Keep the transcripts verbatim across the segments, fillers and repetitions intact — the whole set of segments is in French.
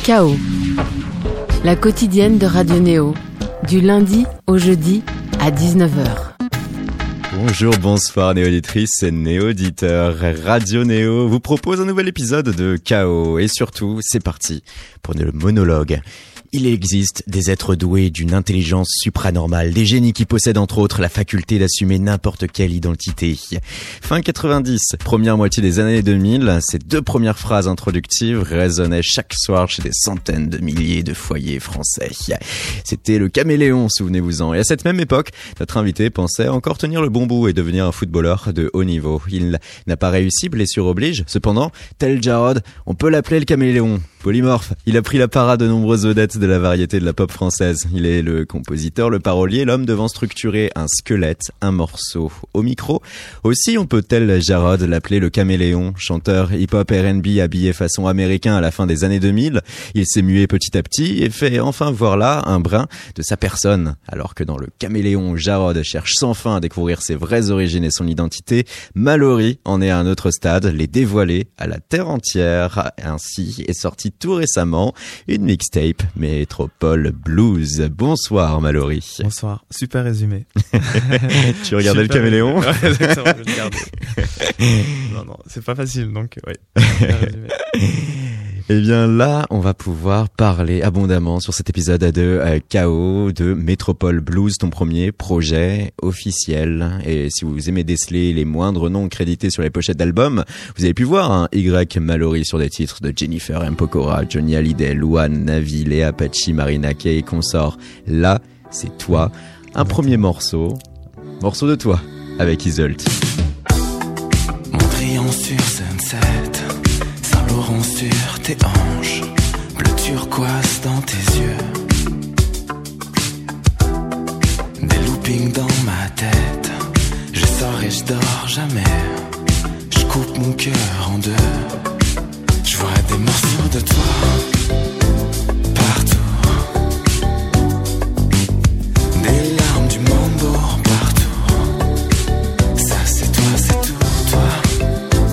K O, la quotidienne de Radio Néo, du lundi au jeudi à dix-neuf heures. Bonjour, bonsoir néo-auditrices et néo-auditeurs. Radio Néo vous propose un nouvel épisode de K O et surtout, c'est parti pour le monologue. Il existe des êtres doués d'une intelligence supranormale, des génies qui possèdent entre autres la faculté d'assumer n'importe quelle identité. Fin quatre-vingt-dix, première moitié des années deux mille, ces deux premières phrases introductives résonnaient chaque soir chez des centaines de milliers de foyers français. C'était le caméléon, souvenez-vous-en. Et à cette même époque, notre invité pensait encore tenir le bon bout et devenir un footballeur de haut niveau. Il n'a pas réussi, blessure oblige. Cependant, tel Jarod, on peut l'appeler le caméléon. Polymorphe, il a pris la parade de nombreuses vedettes de la variété de la pop française. Il est le compositeur, le parolier, l'homme devant structurer un squelette, un morceau au micro. Aussi, on peut tel Jarod l'appeler le caméléon, chanteur hip-hop R and B habillé façon américain à la fin des années deux mille. Il s'est mué petit à petit et fait enfin voir là un brin de sa personne. Alors que dans le caméléon, Jarod cherche sans fin à découvrir ses vraies origines et son identité, Mallory en est à un autre stade, les dévoiler à la terre entière. Ainsi est sorti tout récemment une mixtape Métropole Blues. Bonsoir Mallory. Bonsoir, super résumé. Tu regardais super le caméléon? Ouais, exactement, je regardais. Non, non, c'est pas facile, donc ouais, super résumé. Eh bien là, on va pouvoir parler abondamment sur cet épisode de euh, K O de Métropole Blues, ton premier projet officiel. Et si vous aimez déceler les moindres noms crédités sur les pochettes d'albums, vous avez pu voir un Y Mallory sur des titres de Jennifer M. Pokora, Johnny Hallyday, Luan, Navi, Léa Pachi, Marina Kaye et consorts. Là, c'est toi. Un premier morceau, morceau de toi, avec Isolt. Mondrian sur Sunset, Saint-Laurent sur tes hanches, bleu turquoise dans tes yeux, des loopings dans ma tête, je sors et je dors jamais, je coupe mon cœur en deux, je vois des morceaux de toi partout, des larmes du mambo partout, ça c'est toi, c'est tout toi.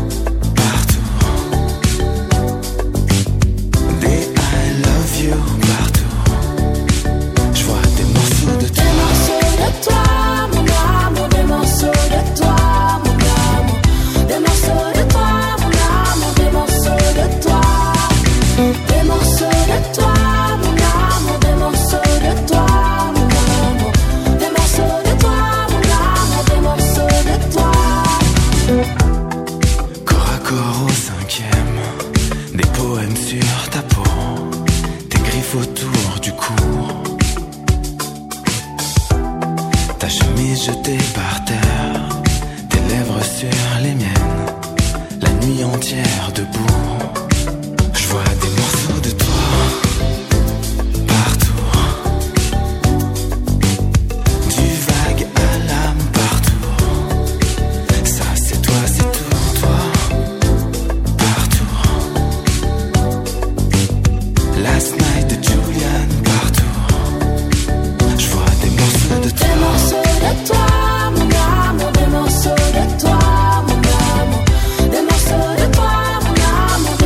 Autour du cou, ta chemise jetée par terre, tes lèvres sur les miennes, la nuit entière debout, je vois des morceaux de toi partout, du vague à l'âme partout, ça c'est toi, c'est tout toi partout, last night Julian partout, je vois des morceaux de toi. Des morceaux de toi, mon amour, des morceaux de toi, mon amour, des morceaux de toi, mon amour,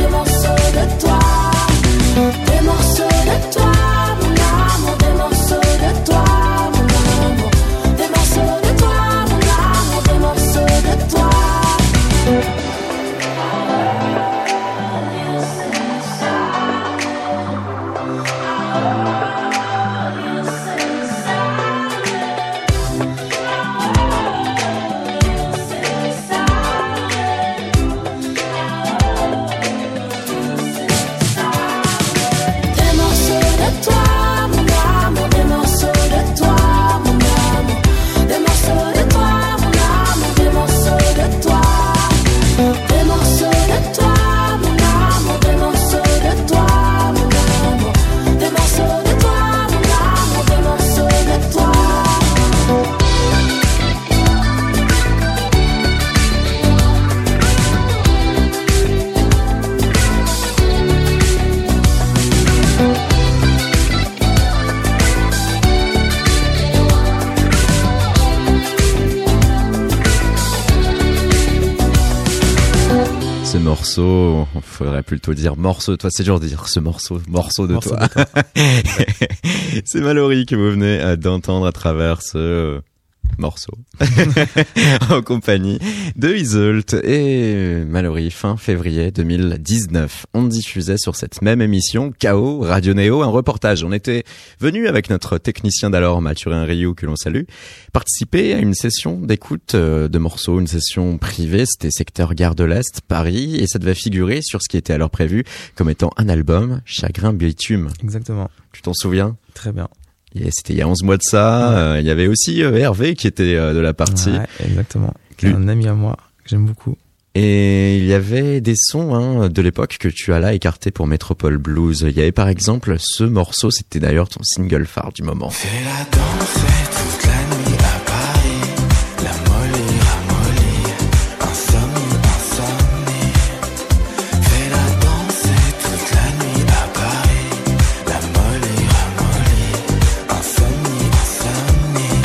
morceau, faudrait plutôt dire morceau de toi, c'est dur de dire ce morceau, morceau de Morceau toi. de toi. C'est Mallory que vous venez d'entendre à travers ce morceau en compagnie de Iseult et Mallory. Fin février deux mille dix-neuf, on diffusait sur cette même émission K O Radio Néo un reportage. On était venu avec notre technicien d'alors Mathurin Rioux, que l'on salue, participer à une session d'écoute de morceaux, une session privée. C'était secteur Gare de l'Est, Paris, et ça devait figurer sur ce qui était alors prévu comme étant un album, Chagrin Bitume. Exactement. Tu t'en souviens? Très bien. Et c'était il y a onze mois de ça. Il ouais. euh, y avait aussi euh, Hervé qui était euh, de la partie. Ouais, exactement. Qui est un ami à moi que j'aime beaucoup. Et il y avait des sons hein, de l'époque que tu as là écartés pour Métropole Blues. Il y avait par exemple ce morceau, c'était d'ailleurs ton single phare du moment. Fais la danse toute la nuit à Paris, la molly ramollie, insomnie, insomnie. Fais la danse toute la nuit à Paris, la molly ramollie, insomnie, insomnie.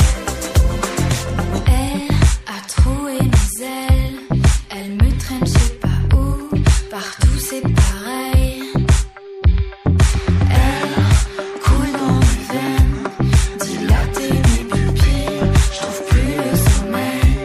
Elle a troué mes ailes, elle me traîne je sais pas où, partout c'est pareil. Elle coule dans mes veines, dilatée mes pupilles, je trouve plus le sommeil.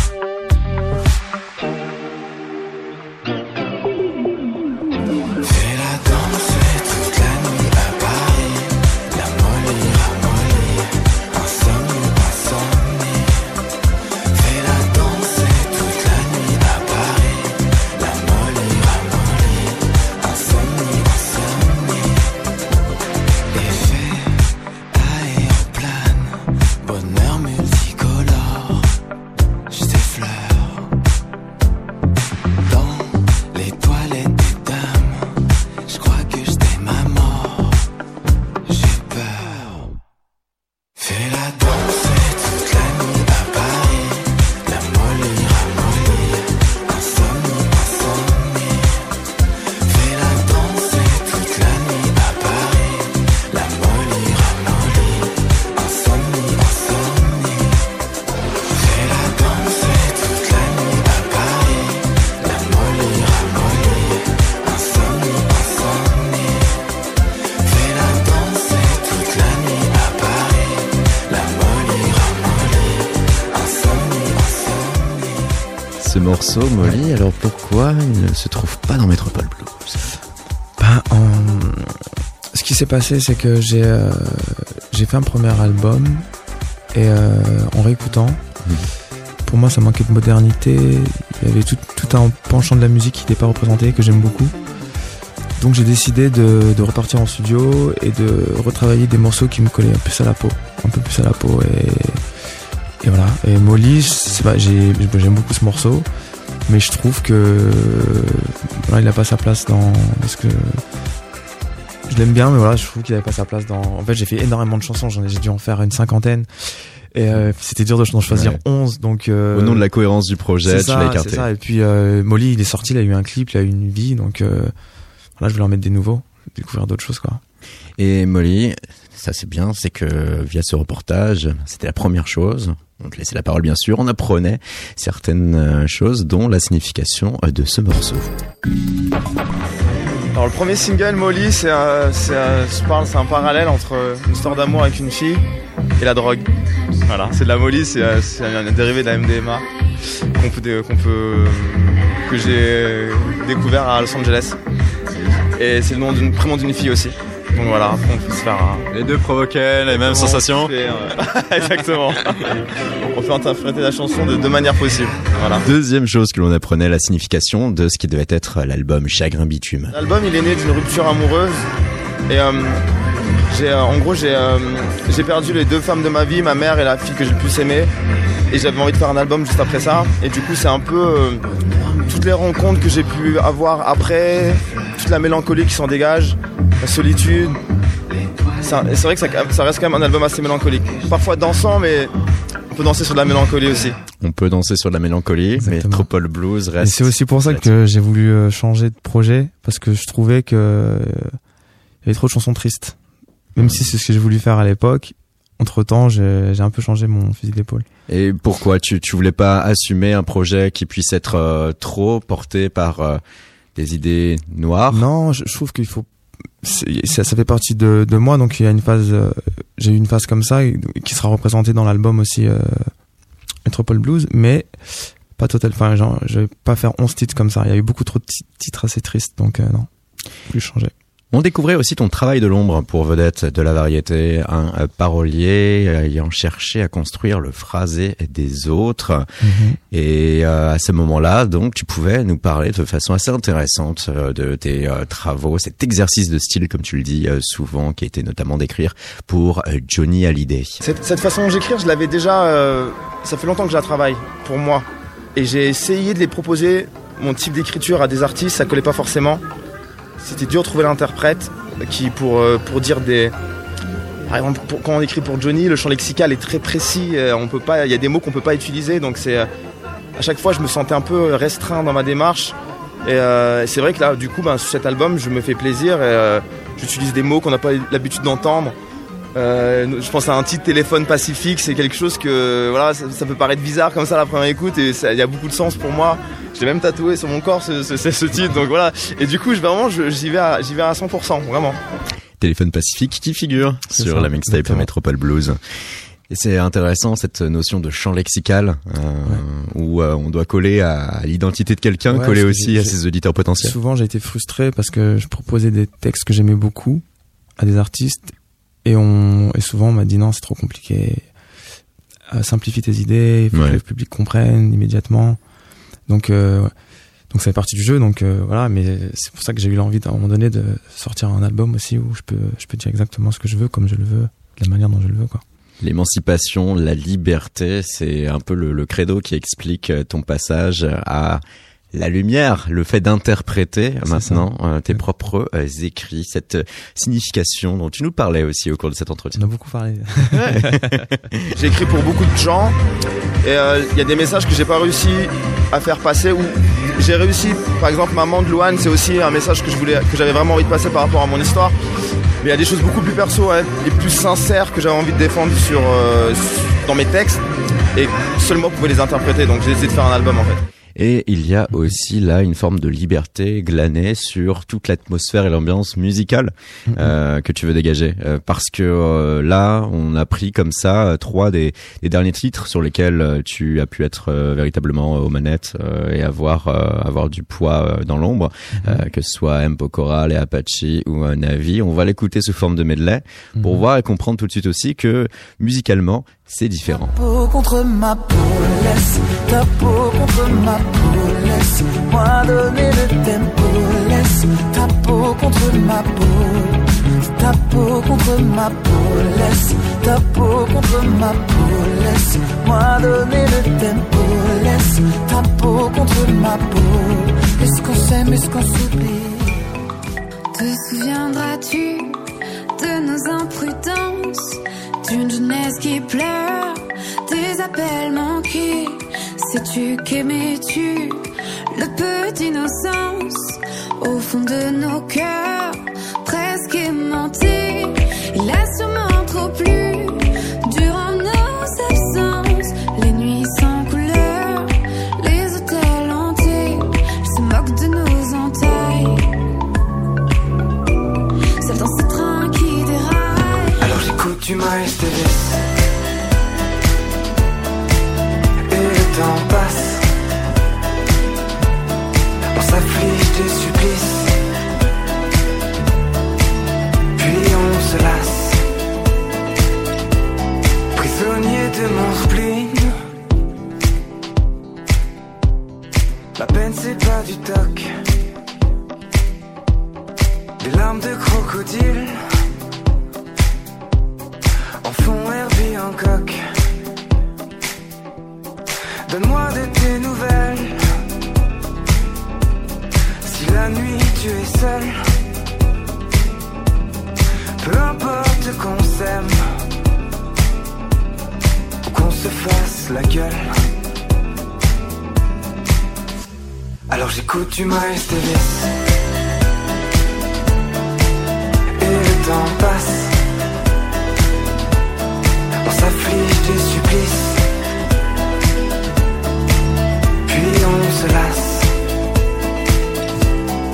Fais la danse toute la nuit à Paris, la molly ramollie, insomnie, insomnie. Fais la danse toute la nuit à Paris, la molly ramollie, insomnie, insomnie. Effet aéroplane, bonheur multicolore, je t'effleure dans les toilettes des dames. Je crois que je t'aime à mort, j'ai peur. Fais la danse toute la nuit à Paris, la molly ramollie, insomnie, insomnie. Fais la danse toute la nuit à Paris, la molly ramollie, insomnie, insomnie. Fais la danse toute la nuit à Paris, la molly ramollie, insomnie, insomnie. Fais la danse toute la nuit à Paris, la molly ramollie, insomnie, insomnie. Ce morceau, Molly, alors pourquoi il ne se trouve pas dans Métropole Blues? Ben, en- ce qui s'est passé, c'est que j'ai euh, j'ai fait un premier album et euh, en réécoutant, Mhm. pour moi, ça manquait de modernité. Il y avait tout, tout un penchant de la musique qui n'était pas représenté, que j'aime beaucoup. Donc j'ai décidé de, de repartir en studio et de retravailler des morceaux qui me collaient un peu plus à la peau, un peu plus à la peau. Et, et voilà. Et Molly, c'est pas, j'ai, j'aime beaucoup ce morceau, mais je trouve que voilà, il n'a pas sa place dans, parce que je l'aime bien, mais voilà, je trouve qu'il n'avait pas sa place dans. En fait, j'ai fait énormément de chansons, j'en ai, j'ai dû en faire une cinquantaine. Et euh, c'était dur de d'en choisir Ouais. onze, donc euh, Au nom de la cohérence du projet, c'est tu ça, l'as c'est écarté. ça. Et puis euh, Molly, il est sorti, il a eu un clip, il a eu une vie, donc euh, voilà, je voulais en mettre des nouveaux, découvrir d'autres choses, quoi. Et Molly, ça c'est bien, c'est que via ce reportage, c'était la première chose. On te laissait la parole bien sûr, on apprenait certaines euh, choses, dont la signification euh, de ce morceau. Alors le premier single, Molly, c'est un, c'est un, je parle, c'est un parallèle entre une histoire d'amour avec une fille et la drogue. Voilà, c'est de la Molly, c'est, c'est un, un dérivé de la M D M A qu'on peut, qu'on peut, que j'ai découvert à Los Angeles. Et c'est le nom d'une, prénom d'une fille aussi. Donc voilà, après on peut se faire un... Les deux provoquaient les mêmes sensations. Fait, euh, exactement. On peut interpréter la chanson de deux manières possibles. Voilà. Deuxième chose que l'on apprenait, la signification de ce qui devait être l'album Chagrin Bitume. L'album, il est né d'une rupture amoureuse. Et euh, j'ai, euh, en gros, j'ai, euh, j'ai perdu les deux femmes de ma vie, ma mère et la fille que j'ai le plus aimée. Et j'avais envie de faire un album juste après ça. Et du coup, c'est un peu euh, toutes les rencontres que j'ai pu avoir après, toute la mélancolie qui s'en dégage, la solitude. C'est, un, et c'est vrai que ça, ça reste quand même un album assez mélancolique. Parfois dansant, mais on peut danser sur de la mélancolie aussi. On peut danser sur de la mélancolie, mais Exactement. Métropole Blues Et reste... c'est aussi pour ça que j'ai voulu euh, changer de projet, parce que je trouvais que euh, il y avait trop de chansons tristes. Même si c'est ce que j'ai voulu faire à l'époque, entre temps, j'ai, j'ai un peu changé mon fusil d'épaule. Et pourquoi tu, tu voulais pas assumer un projet qui puisse être euh, trop porté par... Euh, Des idées noires? Non, je, je trouve qu'il faut. C'est, ça, ça fait partie de, de moi, donc il y a une phase. Euh, j'ai eu une phase comme ça et, qui sera représentée dans l'album aussi, euh, Metropole Blues, mais pas total. Enfin, genre, je vais pas faire onze titres comme ça. Il y a eu beaucoup trop de t- titres assez tristes, donc euh, non, plus changer. On découvrait aussi ton travail de l'ombre pour vedette de la variété, un euh, parolier euh, ayant cherché à construire le phrasé des autres. Mmh. Et euh, à ce moment-là, donc, tu pouvais nous parler de façon assez intéressante euh, de tes euh, travaux, cet exercice de style, comme tu le dis euh, souvent, qui était notamment d'écrire pour euh, Johnny Hallyday. Cette, cette façon dont j'écris, je l'avais déjà... Euh, ça fait longtemps que je la travaille, pour moi. Et j'ai essayé de les proposer, mon type d'écriture, à des artistes, ça collait pas forcément. C'était dur de trouver l'interprète qui, pour, pour dire des... Par exemple, pour, quand on écrit pour Johnny, le champ lexical est très précis. On peut pas, il y a des mots qu'on peut pas utiliser. Donc c'est, à chaque fois, je me sentais un peu restreint dans ma démarche. Et euh, c'est vrai que là, du coup, ben, sur cet album, je me fais plaisir. Et, euh, j'utilise des mots qu'on n'a pas l'habitude d'entendre. Euh, je pense à un titre Téléphone Pacifique, c'est quelque chose que voilà, ça, ça peut paraître bizarre comme ça à la première écoute et il y a beaucoup de sens pour moi. Je l'ai même tatoué sur mon corps ce, ce, ce titre, donc voilà. Et du coup, je, vraiment, je, j'y vais, à, j'y vais à cent pour cent, vraiment. Téléphone Pacifique qui figure c'est sur ça, la mixtape exactement. Metropole Blues. Et c'est intéressant cette notion de champ lexical euh, ouais. où euh, on doit coller à l'identité de quelqu'un, ouais, coller aussi à ses auditeurs potentiels. Souvent, j'ai été frustré parce que je proposais des textes que j'aimais beaucoup à des artistes. Et, on, et souvent on m'a dit non, c'est trop compliqué, euh, simplifie tes idées, il faut ouais. que le public comprenne immédiatement. Donc, euh, donc ça fait partie du jeu, donc euh, voilà, mais c'est pour ça que j'ai eu l'envie à un moment donné de sortir un album aussi où je peux, je peux dire exactement ce que je veux, comme je le veux, de la manière dont je le veux, quoi. L'émancipation, la liberté, c'est un peu le, le credo qui explique ton passage à la lumière, le fait d'interpréter c'est maintenant euh, tes ouais. propres euh, écrits, cette euh, signification dont tu nous parlais aussi au cours de cet entretien. On a beaucoup parlé. J'ai écrit pour beaucoup de gens et il euh, y a des messages que j'ai pas réussi à faire passer ou j'ai réussi. Par exemple, Maman de Louane, c'est aussi un message que je voulais, que j'avais vraiment envie de passer par rapport à mon histoire. Mais il y a des choses beaucoup plus perso, hein, et plus sincères que j'avais envie de défendre sur, euh, dans mes textes et seul moi pouvais les interpréter. Donc j'ai essayé de faire un album en fait. Et il y a aussi là une forme de liberté glanée sur toute l'atmosphère et l'ambiance musicale mmh. euh, que tu veux dégager. Euh, parce que euh, là, on a pris comme ça euh, trois des, des derniers titres sur lesquels euh, tu as pu être euh, véritablement aux manettes euh, et avoir euh, avoir du poids euh, dans l'ombre, mmh. euh, que ce soit M. Pokora, les Apache ou euh, Navi. On va l'écouter sous forme de medley mmh. pour voir et comprendre tout de suite aussi que musicalement, c'est différent. Ta peau contre ma peau, laisse ta peau contre ma peau, laisse-moi donner le tempo, laisse ta peau contre ma peau, ta peau contre ma peau, laisse ta peau contre ma peau, laisse-moi donner le tempo, laisse ta peau contre ma peau, est-ce qu'on s'aime, est-ce qu'on s'oublie? Te souviendras-tu de nos imprudences? D'une jeunesse qui pleure, des appels manqués. Sais-tu qu'aimais-tu le peu d'innocence au fond de nos cœurs, presque aimantés? Il a sûrement trop plu durant nos absences, les nuits sans couleur, les hôtels hantés. Je se moque de nos entailles, seul dans ce train qui déraille. Alors j'écoute du Miles Davis et le temps passe, on s'afflige des supplices, puis on se lasse, prisonnier de mon spleen. La peine c'est pas du toc, des larmes de crocodile en fond Herbie Hancock. Donne-moi de tes nouvelles, si la nuit tu es seul, peu importe qu'on s'aime ou qu'on se fasse la gueule. Alors j'écoute du Miles Davis et le temps passe, on s'afflige des supplices, puis on se lasse,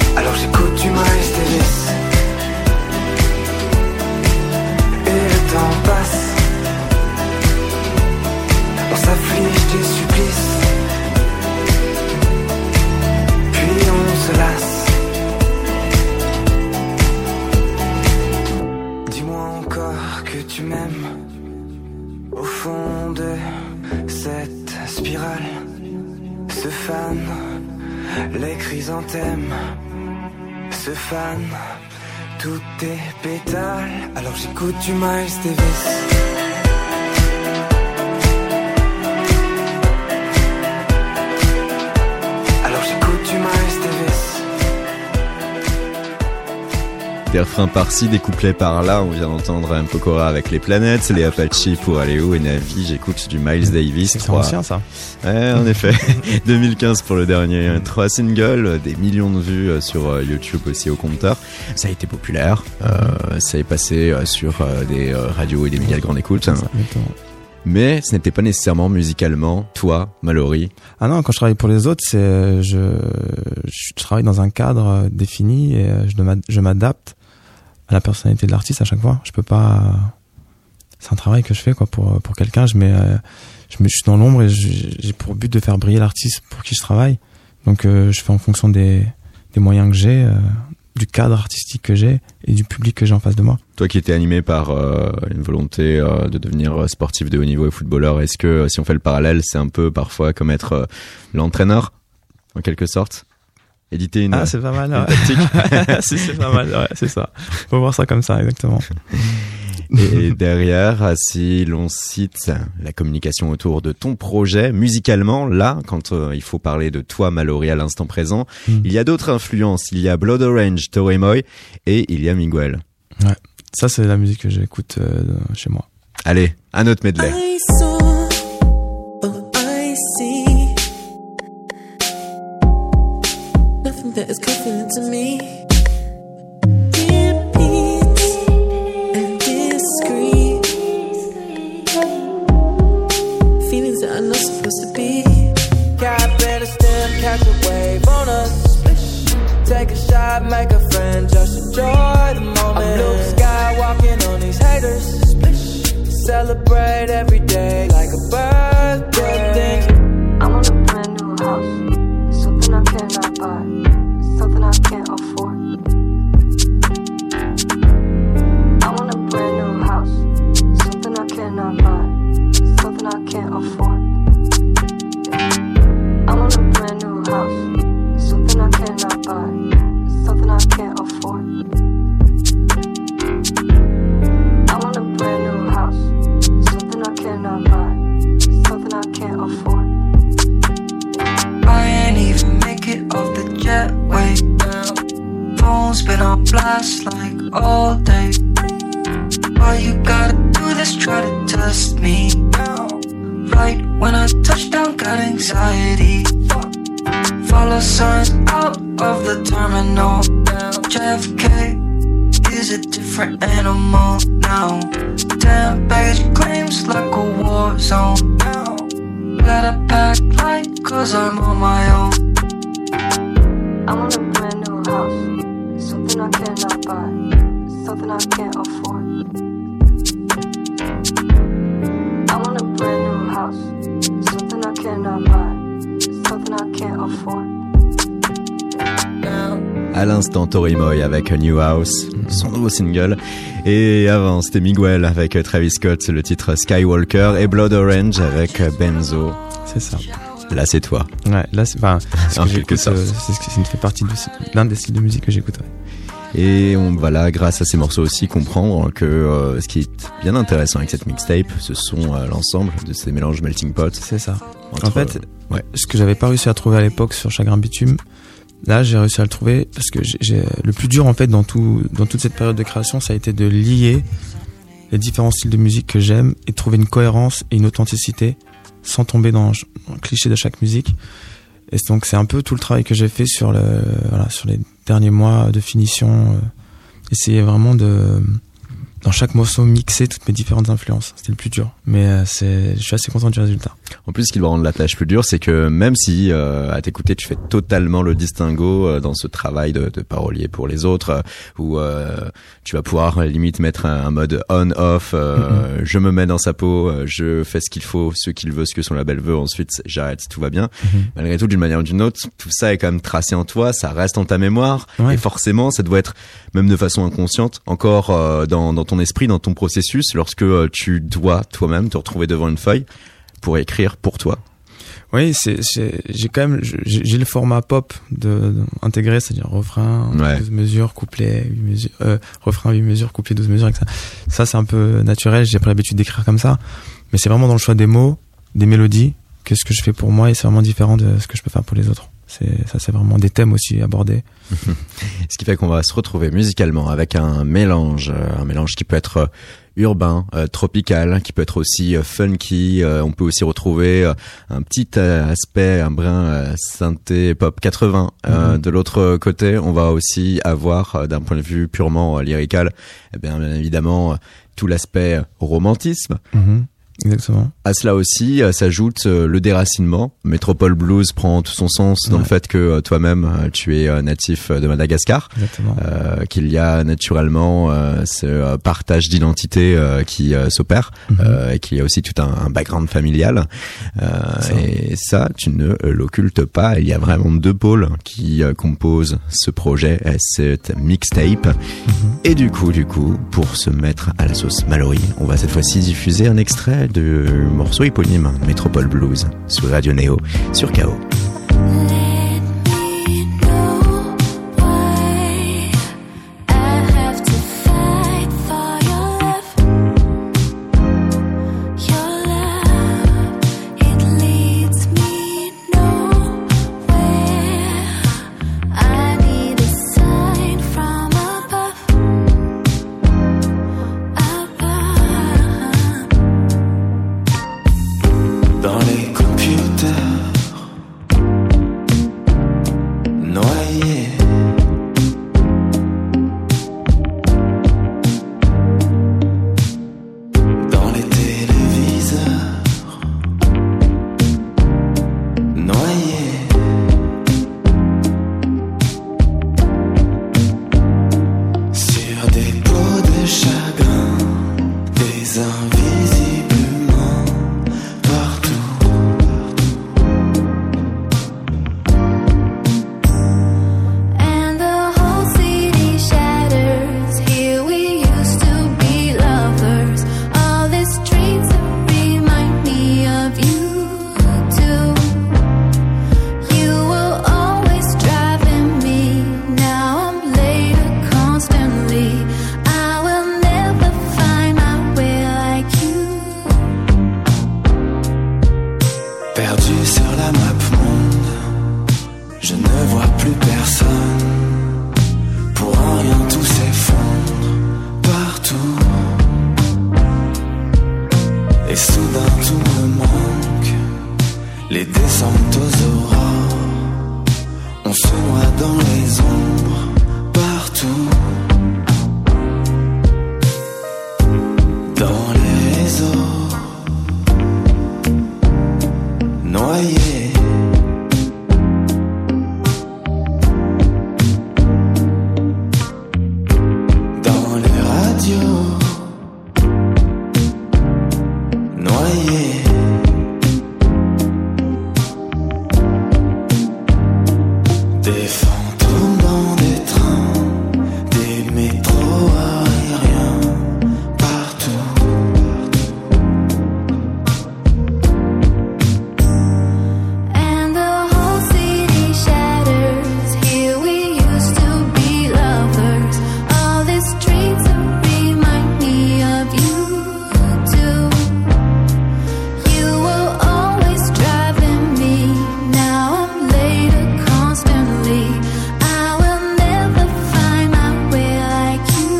tu m'aimes. Au fond de cette spirale se fanent les chrysanthèmes, se fanent tous tes pétales. Alors j'écoute du Miles Davis. Alors j'écoute du Miles Davis. Des refrains par-ci, des couplets par-là. On vient d'entendre M. Pokora avec Les Planètes, les Apache pour aller où, et Navi, j'écoute du Miles Davis. C'est trois... ancien ça. Ouais, en effet. deux mille quinze pour le dernier. Trois singles, des millions de vues sur YouTube aussi au compteur. Ça a été populaire. Euh, ça est passé sur des radios et des médias de grande écoute. C'est ça, exactement. Mais ce n'était pas nécessairement musicalement toi, Mallory. Ah non, quand je travaille pour les autres, c'est je, je travaille dans un cadre défini et je, je m'adapte à la personnalité de l'artiste à chaque fois. Je peux pas. C'est un travail que je fais quoi pour pour quelqu'un. Je mets, je me, je suis dans l'ombre et je, j'ai pour but de faire briller l'artiste pour qui je travaille. Donc euh, je fais en fonction des des moyens que j'ai, euh, du cadre artistique que j'ai et du public que j'ai en face de moi. Toi qui étais animé par euh, une volonté euh, de devenir sportif de haut niveau et footballeur, est-ce que si on fait le parallèle, c'est un peu parfois comme être euh, l'entraîneur en quelque sorte? Éditer une, ah, c'est pas mal, une ouais. tactique. si, c'est pas mal, ouais, c'est ça. Faut voir ça comme ça, exactement. Et derrière, si l'on cite la communication autour de ton projet, musicalement, là, quand euh, il faut parler de toi, Mallory, à l'instant présent, mm. il y a d'autres influences. Il y a Blood Orange, Tori Moi, et il y a Miguel. Ouais, ça c'est la musique que j'écoute euh, chez moi. Allez, un autre medley. I saw, oh, I see. Nothing that is confident to me. Dear peace and discreet. Feelings that are not supposed to be. Cap in a stem, catch a wave on us. Take a shot, make a friend, just enjoy the moment. I'm blue sky walking on these haters. Celebrate every day like a birthday. I want a brand new house, something I cannot buy, something I can't afford. I want a brand new house, something I cannot buy, something I can't afford. I want a brand new house, something I cannot buy, something I can't afford. I want a brand new house, something I cannot buy, something I can't afford. I ain't even make it off the jetway now. Phone's been on blast like all day. Why you gotta do this, try to test me now? Right when I touch down, got anxiety. Follow signs out of the terminal. J F K is a different animal now. Damn baggage claims like a war zone now. Gotta pack light cause I'm on my own. I want a brand new house, something I cannot buy, something I can't afford. I want a brand new house, something I cannot buy, something I can't afford. À l'instant, Tori Moi avec A New House, son nouveau single. Et avant, c'était Miguel avec Travis Scott, le titre Skywalker, et Blood Orange avec Benzo. C'est ça. Là, c'est toi. Ouais, là, c'est, enfin, c'est, en que quelque sorte. euh, c'est, c'est une fait partie de l'un des styles de musique que j'écoute. Ouais. Et on va là, grâce à ces morceaux aussi, comprendre que euh, ce qui est bien intéressant avec cette mixtape, ce sont euh, l'ensemble de ces mélanges melting pot. C'est ça. Entre, en fait, euh, ouais. ce que j'avais pas réussi à trouver à l'époque sur Chagrin Bitume, là, j'ai réussi à le trouver parce que j'ai, j'ai, le plus dur en fait dans tout, dans toute cette période de création, ça a été de lier les différents styles de musique que j'aime et de trouver une cohérence et une authenticité sans tomber dans le cliché de chaque musique. Et donc c'est un peu tout le travail que j'ai fait sur le, voilà, sur les derniers mois de finition. Euh, essayer vraiment de, dans chaque morceau, mixer toutes mes différentes influences. C'était le plus dur, mais euh, c'est, je suis assez content du résultat. En plus, ce qui doit rendre la tâche plus dure, c'est que même si euh, à t'écouter, tu fais totalement le distinguo euh, dans ce travail de, de parolier pour les autres, euh, où euh, tu vas pouvoir euh, limite mettre un, un mode on-off. Euh, mm-hmm. Je me mets dans sa peau, euh, je fais ce qu'il faut, ce qu'il veut, ce que son label veut. Ensuite, j'arrête, tout va bien. Mm-hmm. Malgré tout, d'une manière ou d'une autre, tout ça est quand même tracé en toi, ça reste en ta mémoire, ouais. Et forcément, ça doit être même de façon inconsciente, encore euh, dans, dans ton esprit, dans ton processus, lorsque euh, tu dois toi-même te retrouver devant une feuille pour écrire pour toi. Oui, c'est, c'est j'ai quand même j'ai, j'ai le format pop de, de intégré, c'est-à-dire refrain, ouais. douze mesures, couplet, huit mesures, euh, refrain, huit mesures, couplet, douze mesures, et ça. Ça, c'est un peu naturel. J'ai pas l'habitude d'écrire comme ça, mais c'est vraiment dans le choix des mots, des mélodies, que ce que je fais pour moi, et c'est vraiment différent de ce que je peux faire pour les autres. C'est, ça, c'est vraiment des thèmes aussi abordés. Ce qui fait qu'on va se retrouver musicalement avec un mélange, un mélange qui peut être urbain, euh, tropical, qui peut être aussi euh, funky. Euh, on peut aussi retrouver euh, un petit euh, aspect, un brin euh, synthé pop quatre-vingts. Euh, mm-hmm. De l'autre côté, on va aussi avoir, euh, d'un point de vue purement euh, lyrical, eh bien, bien évidemment, euh, tout l'aspect romantisme. Mm-hmm. Exactement. À cela aussi euh, s'ajoute euh, le déracinement. Métropole Blues prend tout son sens ouais. dans le fait que euh, toi-même euh, tu es euh, natif de Madagascar. Exactement. Euh, qu'il y a naturellement euh, ce euh, partage d'identité euh, qui euh, s'opère mm-hmm. euh, et qu'il y a aussi tout un, un background familial. Euh, ça. Et ça, tu ne l'occultes pas. Il y a vraiment deux pôles qui euh, composent ce projet, cette mixtape. Mm-hmm. Et du coup, du coup, pour se mettre à la sauce Mallory, on va cette fois-ci diffuser un extrait de morceau éponyme Métropole Blues sur Radio Néo sur K O. Dans les computers les descentes aux aurores. On se noie dans les ombres partout, dans les réseaux, noyés. Dans les radios, noyés. Des fantômes dans des trains, des métros aériens, partout. And the whole city shatters. Here we used to be lovers. All the streets remind me of you too. You were always driving me. Now I'm later constantly. I will never find my way like you.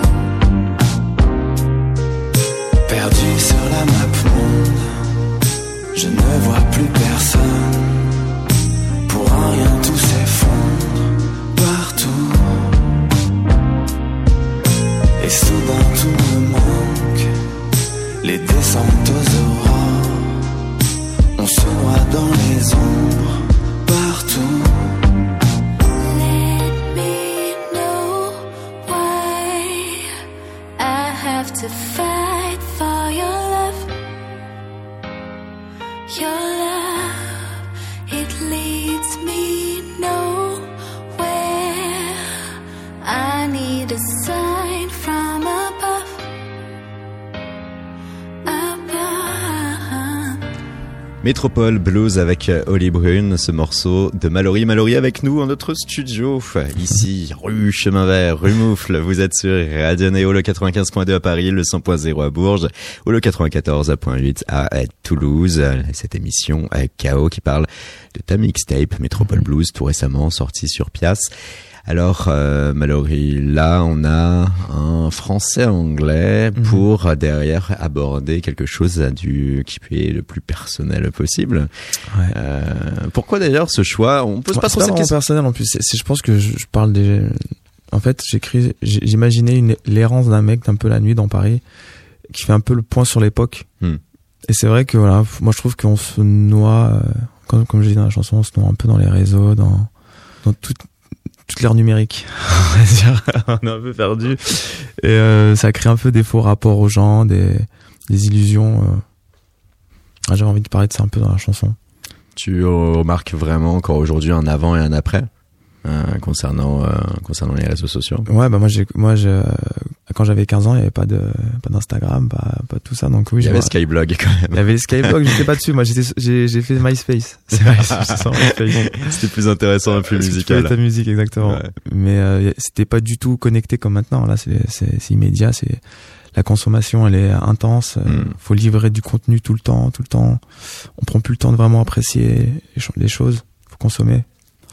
Perdu sur la map monde, je ne vois plus personne. Pour un rien tout s'effondre partout. Et soudain tout me manque. Les descentes aux aurores. dans les ombres, partout. Let me know why I have to fight for your love. Your love, it leads me nowhere. I need a sign from above. Above. Métropole Blues avec Oli Brune, ce morceau de Mallory. Mallory avec nous en notre studio, ici, rue Chemin Vert, rue Moufle. Vous êtes sur Radio Néo, le quatre-vingt-quinze point deux à Paris, le cent point zéro à Bourges ou le quatre-vingt-quatorze point huit à Toulouse. Cette émission avec K O qui parle de ta mixtape Métropole Blues, tout récemment sortie sur Pias. Alors, euh, Mallory, là, on a un français-anglais mmh. pour derrière aborder quelque chose du qui est le plus personnel possible. Ouais. Euh, pourquoi d'ailleurs ce choix? On pose ouais, pas trop cette question. Personnel en plus. C'est, c'est, je pense que je, je parle des. En fait, j'écris. J'imaginais une l'errance d'un mec d'un peu la nuit dans Paris, qui fait un peu le point sur l'époque. Mmh. Et c'est vrai que voilà, moi je trouve qu'on se noie, euh, comme, comme je dis dans la chanson, on se noie un peu dans les réseaux, dans dans toute toute l'ère numérique, on va dire. On est un peu perdu et euh, ça crée un peu des faux rapports aux gens, des des illusions. Euh... Ah, j'avais envie de parler de ça un peu dans la chanson. Tu remarques vraiment encore aujourd'hui un avant et un après euh, concernant euh, concernant les réseaux sociaux? Ouais, bah moi j'ai moi j'ai quand j'avais quinze ans, il y avait pas de pas d'Instagram, pas pas tout ça, donc oui. Il y avait vois, Skyblog quand même. Il y avait Skyblog, j'étais pas dessus. Moi j'étais j'ai j'ai fait MySpace. C'est vrai, c'est ça, MySpace. C'était plus intéressant, un peu musical. C'était ta musique exactement. Ouais. Mais euh, c'était pas du tout connecté comme maintenant. Là, c'est c'est c'est immédiat, c'est la consommation, elle est intense. Mm. Faut livrer du contenu tout le temps, tout le temps. On prend plus le temps de vraiment apprécier les choses. Faut consommer.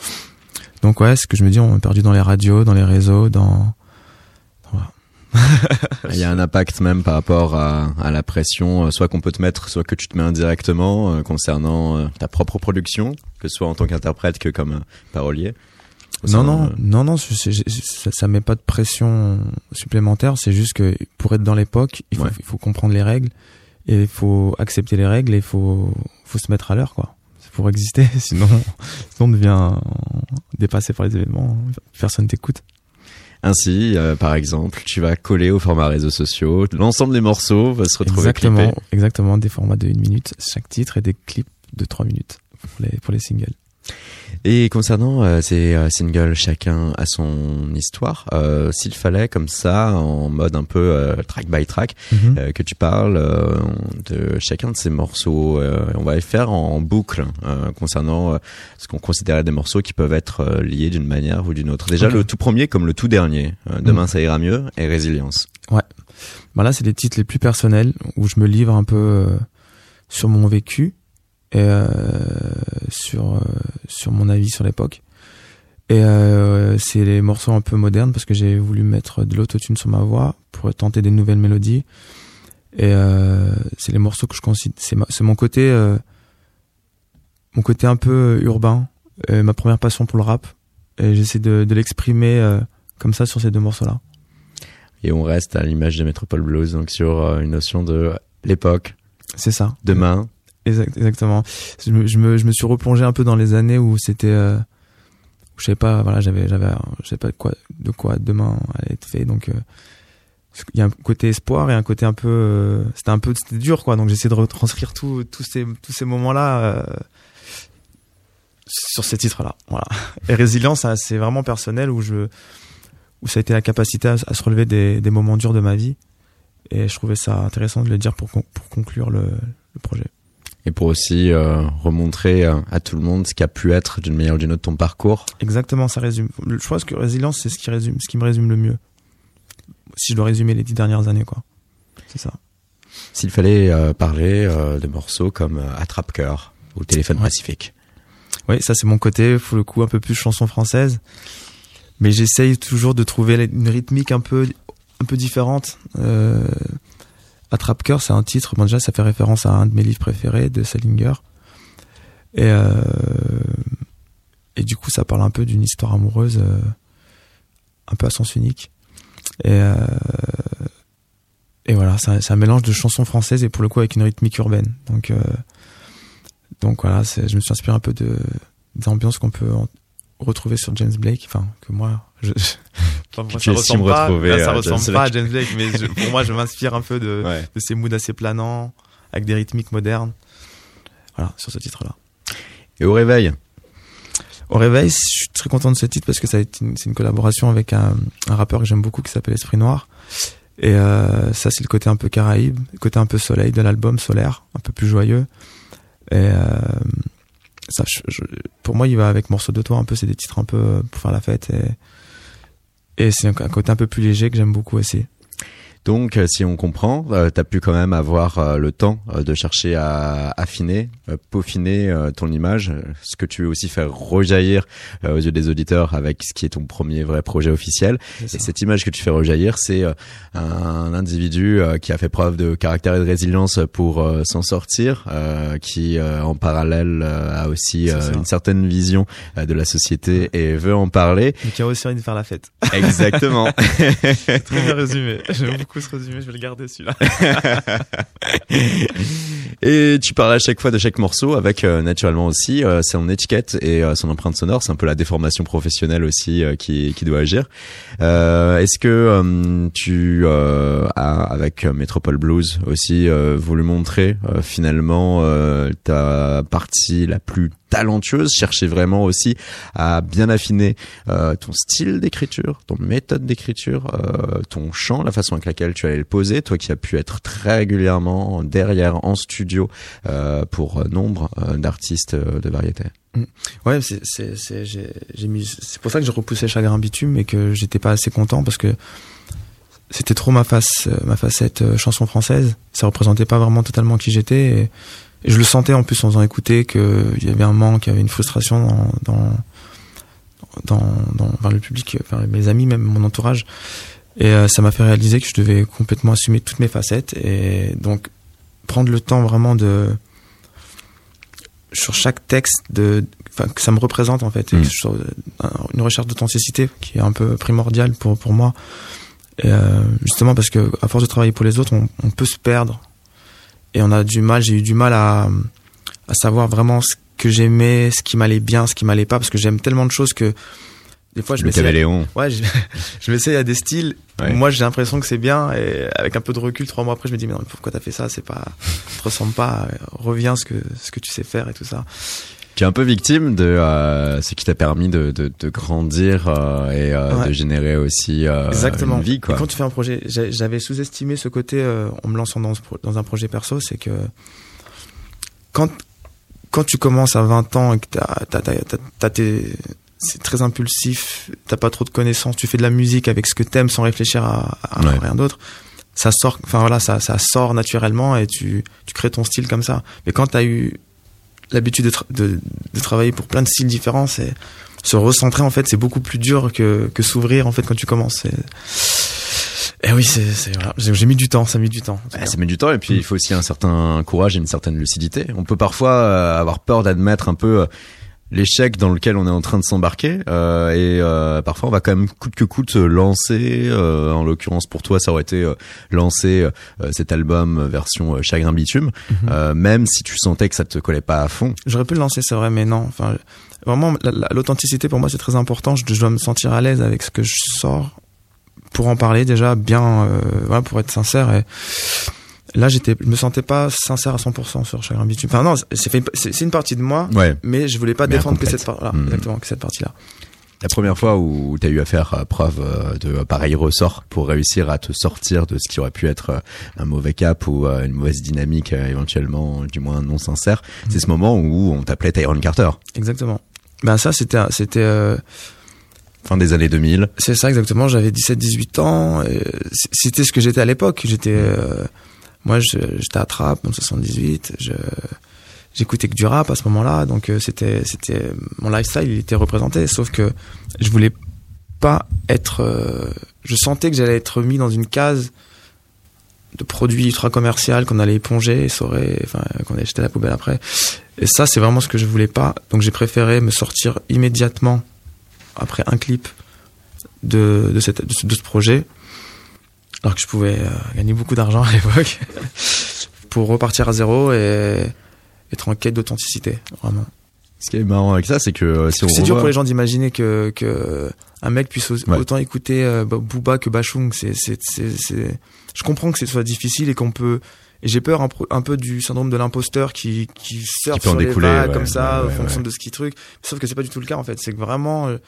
Donc ouais, ce que je me dis, on est perdu dans les radios, dans les réseaux, dans. Voilà. Il y a un impact même par rapport à, à la pression, soit qu'on peut te mettre, soit que tu te mets indirectement euh, concernant euh, ta propre production, que ce soit en tant qu'interprète que comme euh, parolier. Non, non, euh... non, non, c'est, c'est, ça, ça met pas de pression supplémentaire. C'est juste que pour être dans l'époque, il faut, ouais. il faut comprendre les règles et il faut accepter les règles et il faut, faut se mettre à l'heure, quoi. C'est pour exister. Sinon, sinon on devient dépassé par les événements. Personne t'écoute. Ainsi, euh, par exemple, tu vas coller au format réseaux sociaux. L'ensemble des morceaux va se retrouver exactement, clippé. Exactement, des formats de une minute chaque titre et des clips de trois minutes pour les, pour les singles. Et concernant euh, ces euh, singles, chacun a son histoire. Euh, s'il fallait comme ça, en mode un peu euh, track by track, mm-hmm. euh, que tu parles euh, de chacun de ces morceaux, euh, on va les faire en, en boucle euh, concernant euh, ce qu'on considérait des morceaux qui peuvent être euh, liés d'une manière ou d'une autre. Déjà okay. Le tout premier comme le tout dernier, euh, Demain mm. ça ira mieux et Résilience. Ouais. Bah là c'est les titres les plus personnels où je me livre un peu euh, sur mon vécu. Et euh, sur euh, sur mon avis sur l'époque et euh, c'est les morceaux un peu modernes parce que j'ai voulu mettre de l'autotune sur ma voix pour tenter des nouvelles mélodies et euh, c'est les morceaux que je considère c'est, ma, c'est mon côté euh, mon côté un peu urbain et ma première passion pour le rap et j'essaie de, de l'exprimer euh, comme ça sur ces deux morceaux là et on reste à l'image de Métropole Blues donc sur euh, une notion de l'époque, c'est ça, demain. Exact, exactement. Je me, je me, je me suis replongé un peu dans les années où c'était, euh, où je sais pas, voilà, j'avais, j'avais, je sais pas de quoi, de quoi demain allait être fait. Donc, euh, il y a un côté espoir et un côté un peu, euh, c'était un peu, c'était dur, quoi. Donc, j'essaie de retranscrire tout, tous ces, tous ces moments-là euh, sur ces titres-là. Voilà. Et Résilience, c'est vraiment personnel où je, où ça a été la capacité à, à se relever des, des moments durs de ma vie. Et je trouvais ça intéressant de le dire pour, pour conclure le, le projet. Et pour aussi euh, remontrer euh, à tout le monde ce qu'a pu être d'une manière ou d'une autre ton parcours. Exactement, ça résume. Je pense que Résilience, c'est ce qui résume, ce qui me résume le mieux. Si je dois résumer les dix dernières années, quoi. C'est ça. S'il fallait euh, parler euh, de morceaux comme euh, Attrape-Cœur ou Téléphone ouais. Pacifique. Oui, ça c'est mon côté, pour le coup, un peu plus chanson française. Mais j'essaye toujours de trouver une rythmique un peu, un peu différente. Euh... Attrape-Cœur, c'est un titre, bon déjà ça fait référence à un de mes livres préférés de Salinger et euh, et du coup ça parle un peu d'une histoire amoureuse euh, un peu à sens unique et euh, et voilà c'est un, c'est un mélange de chansons françaises et pour le coup avec une rythmique urbaine donc euh, Donc voilà, c'est, je me suis inspiré un peu de des ambiances qu'on peut en, retrouver sur James Blake, enfin que moi, je, je enfin, moi ça ressemble pas, là, ça ressemble pas à James Blake, mais je, pour moi, je m'inspire un peu de, ouais. de ces moods assez planants, avec des rythmiques modernes. Voilà, sur ce titre-là. Et au réveil? Au réveil, je suis très content de ce titre parce que ça a été une, c'est une collaboration avec un, un rappeur que j'aime beaucoup qui s'appelle Esprit Noir. Et euh, ça, c'est le côté un peu Caraïbe, le côté un peu soleil de l'album, solaire, un peu plus joyeux. Et euh, ça, je, je, pour moi, il va avec Morceau de toi un peu. C'est des titres un peu pour faire la fête. Et, et c'est un, un côté un peu plus léger que j'aime beaucoup aussi. Donc, si on comprend, euh, t'as pu quand même avoir euh, le temps euh, de chercher à affiner, euh, peaufiner euh, ton image, ce que tu veux aussi faire rejaillir euh, aux yeux des auditeurs avec ce qui est ton premier vrai projet officiel. Et cette image que tu fais rejaillir, c'est euh, un individu euh, qui a fait preuve de caractère et de résilience pour euh, s'en sortir, euh, qui euh, en parallèle euh, a aussi euh, une certaine vision euh, de la société et veut en parler. Mais qui a aussi envie de faire la fête. Exactement. Très bien résumé. J'aime beaucoup ce résumé, je vais le garder celui-là. Et tu parles à chaque fois de chaque morceau avec euh, naturellement aussi euh, son étiquette et euh, son empreinte sonore. C'est un peu la déformation professionnelle aussi euh, qui qui doit agir. Euh, est-ce que euh, tu euh, as avec Metropole Blues aussi euh, voulu montrer euh, finalement euh, ta partie la plus talentueuse, chercher vraiment aussi à bien affiner euh, ton style d'écriture, ton méthode d'écriture, euh, ton chant, la façon avec laquelle tu allais le poser, toi qui as pu être très régulièrement derrière en studio euh, pour nombre euh, d'artistes de variété. Ouais, c'est c'est c'est j'ai j'ai mis c'est pour ça que j'ai repoussé Chagrin Bitume et que j'étais pas assez content parce que c'était trop ma face ma facette euh, chanson française, ça représentait pas vraiment totalement qui j'étais et Et je le sentais en plus en faisant écouter qu'il y avait un manque, qu'il y avait une frustration dans, dans, dans, dans vers le public, vers mes amis, même mon entourage. Et euh, ça m'a fait réaliser que je devais complètement assumer toutes mes facettes. Et donc, prendre le temps vraiment de, sur chaque texte, de, enfin, que ça me représente en fait. Mmh. Et que sur une recherche d'authenticité qui est un peu primordiale pour, pour moi. Et euh, justement parce que à force de travailler pour les autres, on, on peut se perdre. Et on a du mal, j'ai eu du mal à, à savoir vraiment ce que j'aimais, ce qui m'allait bien, ce qui m'allait pas, parce que j'aime tellement de choses que des fois je m'essaye. À... Ouais, je, je m'essaye à des styles. Ouais. Moi, j'ai l'impression que c'est bien, et avec un peu de recul, trois mois après, je me dis mais non, pourquoi t'as fait ça? C'est pas, ça te ressemble pas. Reviens ce que ce que tu sais faire et tout ça. Tu es un peu victime de euh, ce qui t'a permis de, de, de grandir euh, et euh, ouais. de générer aussi euh, Exactement. Une vie, quoi. Et quand tu fais un projet, j'avais sous-estimé ce côté euh, en me lançant dans, dans un projet perso, c'est que quand quand tu commences à vingt ans et que t'as, t'as, t'as, t'as, t'as tes, c'est très impulsif, t'as pas trop de connaissances, tu fais de la musique avec ce que t'aimes sans réfléchir à, à ouais. rien d'autre. Ça sort, enfin voilà, ça ça sort naturellement et tu tu crées ton style comme ça. Mais quand t'as eu l'habitude de, tra- de, de travailler pour plein de styles différents, c'est se recentrer en fait, c'est beaucoup plus dur que que s'ouvrir en fait quand tu commences. Et, et oui, c'est c'est voilà, j'ai, j'ai mis du temps, ça a mis du temps. Bah, ça met du temps et puis mmh. il faut aussi un certain courage et une certaine lucidité. On peut parfois euh, avoir peur d'admettre un peu euh, l'échec dans lequel on est en train de s'embarquer euh, et euh, parfois on va quand même coûte que coûte lancer euh, en l'occurrence pour toi ça aurait été euh, lancer euh, cet album version euh, Chagrin Bitume mm-hmm. euh, même si tu sentais que ça te collait pas à fond. J'aurais pu le lancer, c'est vrai, mais non, enfin vraiment la, la, l'authenticité pour moi c'est très important. Je, je dois me sentir à l'aise avec ce que je sors pour en parler déjà bien euh, voilà, pour être sincère. Et là, j'étais, je me sentais pas sincère à cent pour cent sur Chagrin Bitume. Enfin non, c'est, fait, c'est, c'est une partie de moi, ouais. mais je voulais pas mais défendre que cette, par- là, mmh. exactement, que cette partie-là. La première fois où tu as eu à faire preuve de pareil ressort pour réussir à te sortir de ce qui aurait pu être un mauvais cap ou une mauvaise dynamique, éventuellement, du moins non sincère, mmh. c'est ce moment où on t'appelait Tyrone Carter. Exactement. Ben ça, c'était, c'était. Euh... Fin des années deux mille. C'est ça, exactement. J'avais dix-sept dix-huit ans. Et c'était ce que j'étais à l'époque. J'étais. Euh... Moi, je, j'étais à Trappes en soixante-dix-huit. Je, j'écoutais que du rap à ce moment-là, donc euh, c'était, c'était mon lifestyle, il était représenté. Sauf que je voulais pas être. Euh, je sentais que j'allais être mis dans une case de produit ultra commercial qu'on allait éponger, essorer, enfin qu'on allait jeter à la poubelle après. Et ça, c'est vraiment ce que je voulais pas. Donc j'ai préféré me sortir immédiatement après un clip de de, cette, de, ce, de ce projet. Alors que je pouvais euh, gagner beaucoup d'argent à l'époque pour repartir à zéro et, être en quête d'authenticité, vraiment. Ce qui est marrant avec ça, c'est que euh, si on c'est revoit... dur pour les gens d'imaginer que que un mec puisse Ouais. autant écouter euh, Booba que Bachung. C'est c'est c'est c'est. Je comprends que ce soit difficile et qu'on peut. Et j'ai peur un, pro- un peu du syndrome de l'imposteur qui qui surfe Qui peut en sur les découler, vagues ouais, comme ça ouais, ouais, en fonction ouais. de ce qui truc. Sauf que c'est pas du tout le cas en fait. C'est que vraiment. Euh,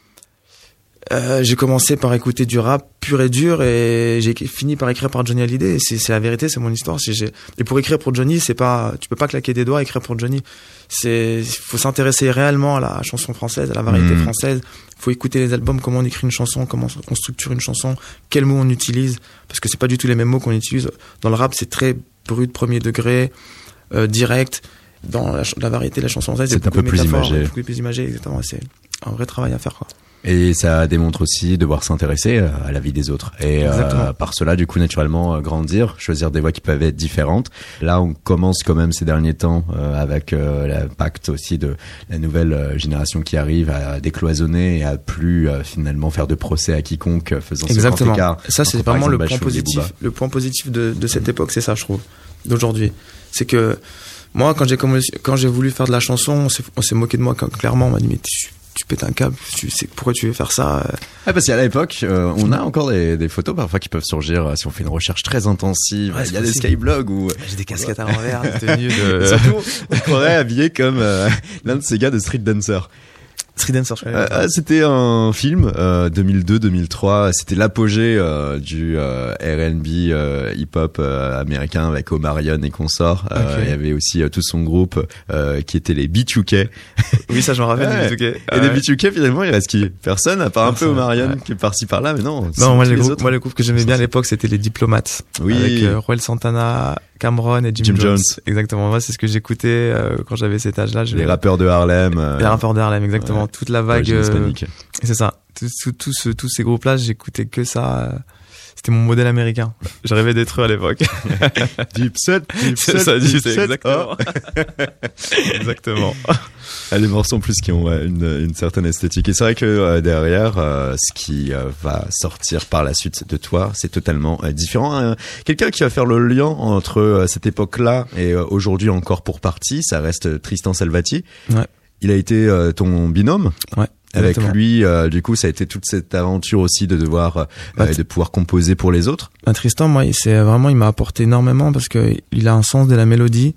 Euh, j'ai commencé par écouter du rap pur et dur et j'ai fini par écrire par Johnny Hallyday. C'est, c'est la vérité, c'est mon histoire. C'est, j'ai... Et pour écrire pour Johnny, c'est pas, tu peux pas claquer des doigts et écrire pour Johnny. C'est, faut s'intéresser réellement à la chanson française, à la variété Mmh. française. Faut écouter les albums, comment on écrit une chanson, comment on structure une chanson, quels mots on utilise, parce que c'est pas du tout les mêmes mots qu'on utilise. Dans le rap, c'est très brut, premier degré, euh, direct. Dans la, ch- la variété, la chanson française, C'est il y a un peu beaucoup de plus métaphores, imagé. beaucoup plus imagé, exactement. C'est un vrai travail à faire, quoi. Et ça démontre aussi devoir s'intéresser à la vie des autres. Et euh, par cela, du coup, naturellement, euh, grandir, choisir des voies qui peuvent être différentes. Là, on commence quand même ces derniers temps euh, avec euh, l'impact aussi de la nouvelle euh, génération qui arrive à décloisonner et à plus euh, finalement faire de procès à quiconque euh, faisant ce grand Exactement. écart. Ça, c'est entre, par vraiment le exemple, point Bachung et positif. Booba. Le point positif de, de cette époque, c'est ça, je trouve, d'aujourd'hui. C'est que moi, quand j'ai commencé, quand j'ai voulu faire de la chanson, on s'est, on s'est moqué de moi quand, clairement. On m'a dit mais tu, tu pètes un câble. Tu sais pourquoi tu veux faire ça? Ah, parce qu'à l'époque, euh, on a encore des, des photos parfois qui peuvent surgir euh, si on fait une recherche très intensive. Ouais, Il y a c'est des possible. skyblogs où J'ai des casquettes à l'envers, des tenues de Et surtout, on pourrait habillé comme euh, l'un de ces gars de Street Dancer. Street Dancer. Je Euh, ah, c'était un film euh, deux mille deux deux mille trois, c'était l'apogée euh, du euh, R and B euh, hip-hop euh, américain avec Omarion et consorts. Euh, Ok. Il y avait aussi euh, tout son groupe euh, qui était les B deux K. Oui, ça, je me rappelle. Ouais. du B deux K. Et les Ouais. B deux K, finalement, il reste qui? Personne, à part un peu Personne, Omarion ouais. qui est par-ci par-là, mais non. Non, moi, les groupes, autres. moi, le groupe que j'aimais bien à l'époque, c'était les Diplomates. Oui. Avec euh, Roel Santana, Cameron et Jim, Jim Jones. Jones. Exactement. Moi, c'est ce que j'écoutais euh, quand j'avais cet âge-là. Je... Les rappeurs de Harlem. euh, Les rappeurs de Harlem, exactement. ouais. Toute la vague. d'origine euh, hispanique. C'est ça. Tout, tout, tout ce, tous ces groupes-là, j'écoutais que ça. euh, C'était mon modèle américain. Je rêvais d'être eux à l'époque. Deep set, deep C'est set, ça, deep Deep Set, set. exactement. Oh. Exactement. Ah, les morceaux en plus qui ont ouais, une, une certaine esthétique. Et c'est vrai que euh, derrière, euh, ce qui euh, va sortir par la suite de toi, c'est totalement euh, différent. Euh, quelqu'un qui va faire le lien entre euh, cette époque-là et euh, aujourd'hui encore pour partie, ça reste Tristan Salvati. Ouais. Il a été euh, ton binôme. Ouais. Avec exactement. lui, euh, du coup, ça a été toute cette aventure aussi de devoir, euh, Bah, de pouvoir composer pour les autres. Bah, Tristan, moi, il- c'est vraiment, il m'a apporté énormément parce que il a un sens de la mélodie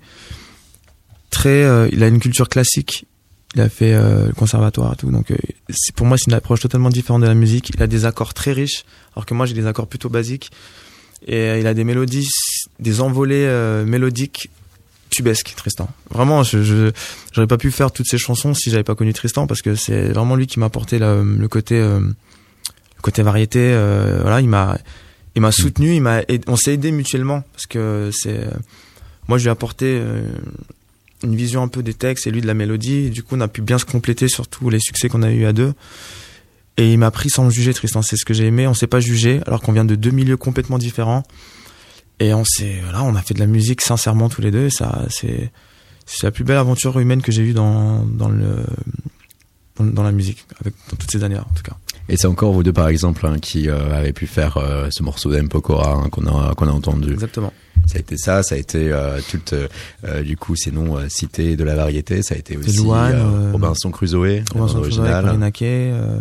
très, euh, il a une culture classique. Il a fait euh, le conservatoire et tout, donc euh, c'est, pour moi, c'est une approche totalement différente de la musique. Il a des accords très riches, alors que moi, j'ai des accords plutôt basiques. Et euh, il a des mélodies, des envolées euh, mélodiques tubesque, Tristan. Vraiment, je, je j'aurais pas pu faire toutes ces chansons si j'avais pas connu Tristan, parce que c'est vraiment lui qui m'a apporté le, le côté euh, le côté variété. Euh, voilà, il m'a il m'a soutenu, il m'a aidé, on s'est aidé mutuellement, parce que c'est euh, moi je lui ai apporté euh, une vision un peu des textes et lui de la mélodie. Et du coup, on a pu bien se compléter sur tous les succès qu'on a eu à deux. Et il m'a pris sans me juger, Tristan. C'est ce que j'ai aimé. On s'est pas jugé, alors qu'on vient de deux milieux complètement différents. Et on s'est, voilà, on a fait de la musique sincèrement tous les deux. Et ça, c'est, c'est la plus belle aventure humaine que j'ai eue dans, dans le, dans, dans la musique, avec, dans toutes ces années-là, en tout cas. Et c'est encore vous deux, par exemple, hein, qui euh, avez pu faire euh, ce morceau d'Empokora hein, qu'on a qu'on a entendu. Exactement. Ça a été ça, ça a été euh, toute, euh, du coup, ces noms euh, cités de la variété. Ça a été aussi Louane, euh, euh, Robinson Crusoe, Robinson la bande Crusoe avec originale. Marina Kaye, euh,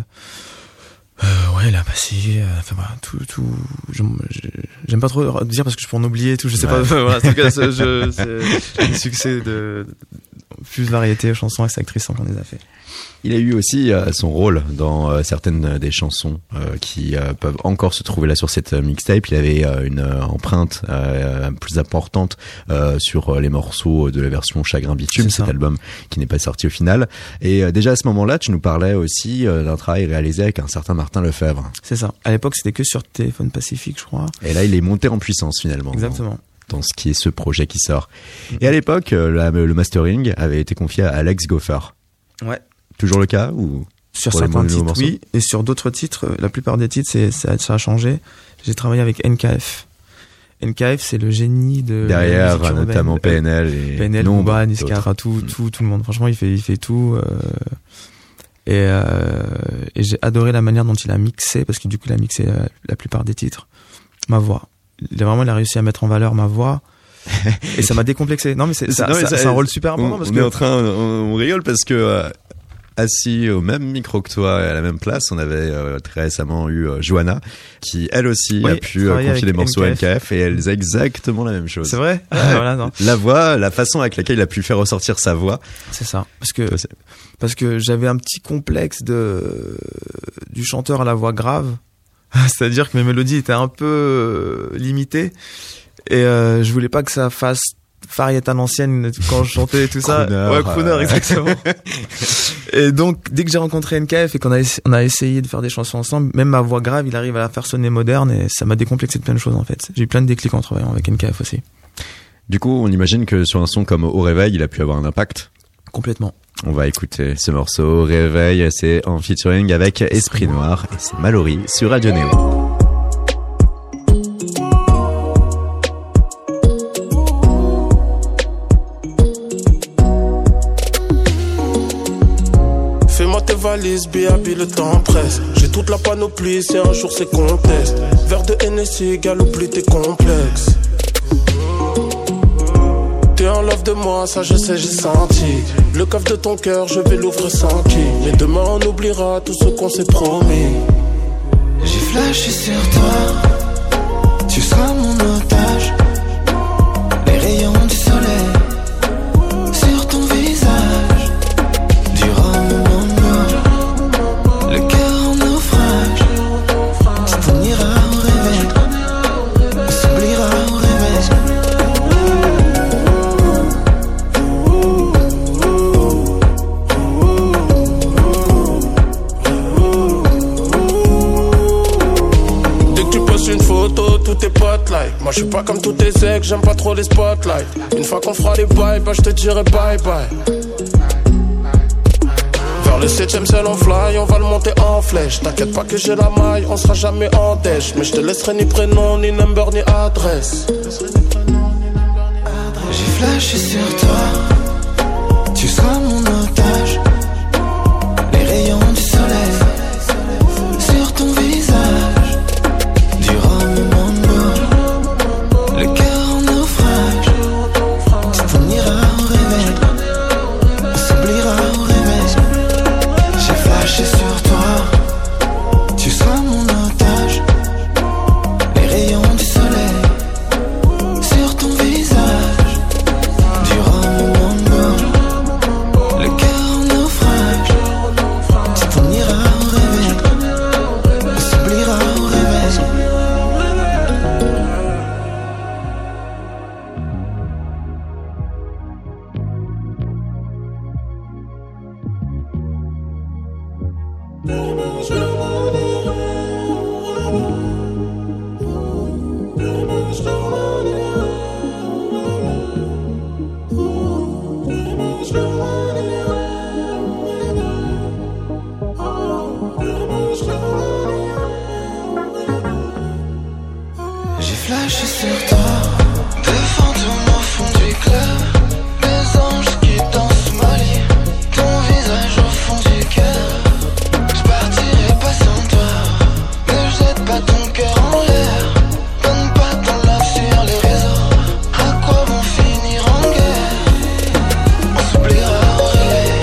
euh, ouais, la Passy, euh, enfin voilà, tout, tout, je- je- j'aime pas trop dire parce que je peux en oublier et tout, je sais Ouais. pas, voilà, en tout cas, ce- je, c'est le succès de, de plus variété, chansons avec actrices qu'on les a fait. Il a eu aussi euh, son rôle dans euh, certaines euh, des chansons euh, qui euh, peuvent encore se trouver là sur cette euh, mixtape. Il avait euh, une euh, empreinte euh, plus importante euh, sur euh, les morceaux de la version Chagrin Bitume, C'est cet ça. album qui n'est pas sorti au final. Et euh, déjà à ce moment-là, tu nous parlais aussi euh, d'un travail réalisé avec un certain Martin Lefebvre. C'est ça. À l'époque, c'était que sur Téléphone Pacifique, je crois. Et là, il est monté en puissance finalement. Exactement. Dans, dans ce qui est ce projet qui sort. Et à l'époque, euh, la- le mastering avait été confié à Alex Goffer. Ouais. Toujours le cas ou Sur pour les certains nouveaux titres, morceaux oui. Et sur d'autres titres, euh, la plupart des titres, c'est, ça, ça a changé. J'ai travaillé avec N K F. N K F, c'est le génie de la derrière, musique urbaine. notamment P N L et P N L, nombre Booba, d'autres. Niskara, tout, tout, tout le monde. Franchement, il fait, il fait tout. Euh, et, euh, et j'ai adoré la manière dont il a mixé, parce que du coup, il a mixé la, la plupart des titres. Ma voix. Il a vraiment, il a réussi à mettre en valeur ma voix. Et ça m'a décomplexé. Non mais c'est, ça, non, mais ça, ça, c'est un rôle super important on, parce on que. est en train, on, on rigole parce que euh, assis au même micro que toi et à la même place, on avait euh, très récemment eu euh, Johanna qui elle aussi oui, a pu euh, confier les morceaux N K F. à N K F et elle faisait exactement la même chose. C'est vrai. Ah, voilà, non. La voix, la façon avec laquelle il a pu faire ressortir sa voix. C'est ça. Parce que parce que j'avais un petit complexe de du chanteur à la voix grave. C'est-à-dire que mes mélodies étaient un peu euh, limitées et euh, je voulais pas que ça fasse Fariette à l'ancienne quand je chantais et tout ça. Crooner, ouais, crooner, euh... exactement. Et donc, dès que j'ai rencontré N K F et qu'on a, essa- on a essayé de faire des chansons ensemble, même ma voix grave, il arrive à la faire sonner moderne et ça m'a décomplexé de plein de choses en fait. J'ai eu plein de déclics en travaillant avec N K F aussi. Du coup, on imagine que sur un son comme Au Réveil, il a pu avoir un impact. Complètement. On va écouter ce morceau Au Réveil, c'est en featuring avec Esprit Noir et c'est Mallory sur Radio Néo. Fais-moi tes valises, B A B, le temps presse. J'ai toute la panoplie, si un jour c'est conteste. Verre de Hennessy égale oublie tes complexes. T'es en love de moi, ça je sais, j'ai senti. Le coffre de ton cœur, je vais l'ouvrir sans qui. Mais demain on oubliera tout ce qu'on s'est promis. J'ai flashé sur toi, tu seras mon otage. Les rayons du soleil sur ton visage. Durant mon moment, le cœur en naufrage. Si t'en iras au réveil, on s'oubliera au réveil. Une photo, tout tes potes like. Moi je suis pas comme tous tes ex, j'aime pas trop les spotlights. Une fois qu'on fera les bails, bah je te dirai bye bye. Vers le septième ciel on fly, on va le monter en flèche. T'inquiète pas que j'ai la maille, on sera jamais en dèche. Mais je te laisserai ni prénom, ni number, ni adresse. J'ai flashé sur toi, tu seras mon otage. Les rayons du soleil sur ton visage. Durant mon moment, le cœur en naufrage. Si t'en iras au réveil, on s'oubliera au réveil. J'ai flashé sur toi, tu seras mon otage. Les rayons du soleil sur ton visage. Durant mon moment, le cœur en naufrage. Si t'en iras au réveil, on s'oubliera au réveil. J'ai flashé sur toi, des fantômes au fond du club, des anges qui dansent Molly, ton visage au fond du cœur. Je partirai pas sans toi, ne jette pas ton cœur en l'air, donne pas ton love sur les réseaux. À quoi bon finir en guerre? On s'oubliera au réveil.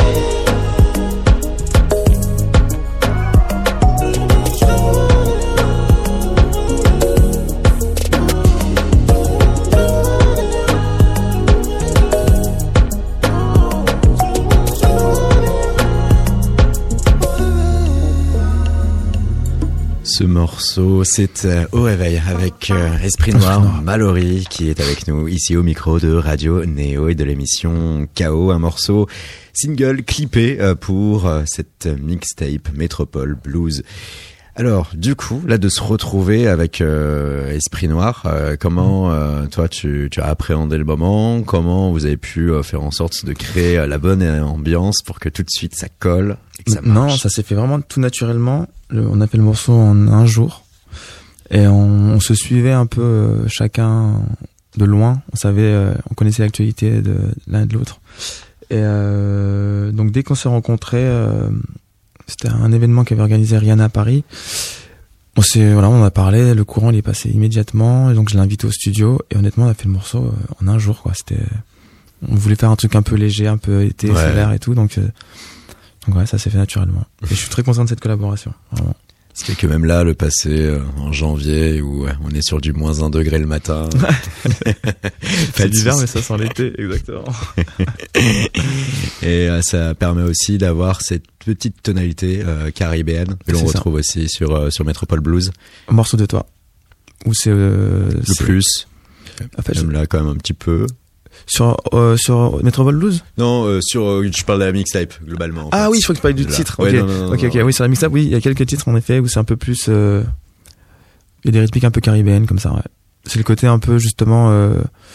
Ce morceau, c'est euh, Au Réveil avec euh, Esprit Noir, Mallory qui est avec nous ici au micro de Radio Néo et de l'émission K O, un morceau single clippé euh, pour euh, cette mixtape Métropole Blues. Alors, du coup, là, de se retrouver avec euh, Esprit Noir, euh, comment euh, toi tu, tu as appréhendé le moment? Comment vous avez pu euh, faire en sorte de créer euh, la bonne ambiance pour que tout de suite ça colle et que ça marche? Non, ça s'est fait vraiment tout naturellement. Le, on a fait le morceau en un jour et on, on se suivait un peu euh, chacun de loin. On savait, euh, on connaissait l'actualité de l'un et de l'autre. Et euh, donc dès qu'on s'est rencontrés, euh, c'était un événement qu'avait organisé Rihanna à Paris. On s'est, voilà, on en a parlé, le courant il est passé immédiatement, et donc je l'ai invité au studio, et honnêtement on a fait le morceau euh, en un jour, quoi. C'était, on voulait faire un truc un peu léger, un peu été, Ouais. solaire et tout, donc, euh, donc ouais, ça s'est fait naturellement. Et je suis très content de cette collaboration, vraiment. Ce qui est que même là, le passé euh, en janvier, où ouais, on est sur du moins un degré le matin. C'est l'hiver, mais ça sent l'été, exactement. Et euh, ça permet aussi d'avoir cette petite tonalité euh, caribéenne que l'on C'est ça. retrouve aussi sur euh, sur Metropole Blues. Un morceau de toi. Où c'est, euh, Le c'est- plus. En fait, Même là, quand même un petit peu. sur, euh, sur Metropole Blues? Non, euh, sur, euh, je parle de la mixtape globalement. en Ah fait. oui, je crois que tu parlais du Là. titre. Ouais, ok, non, non, non, ok, non. ok. Oui, sur la mixtape, oui, il y a quelques titres en effet où c'est un peu plus. Euh... Il y a des rythmiques un peu caribéennes comme ça. Ouais. C'est le côté un peu justement euh,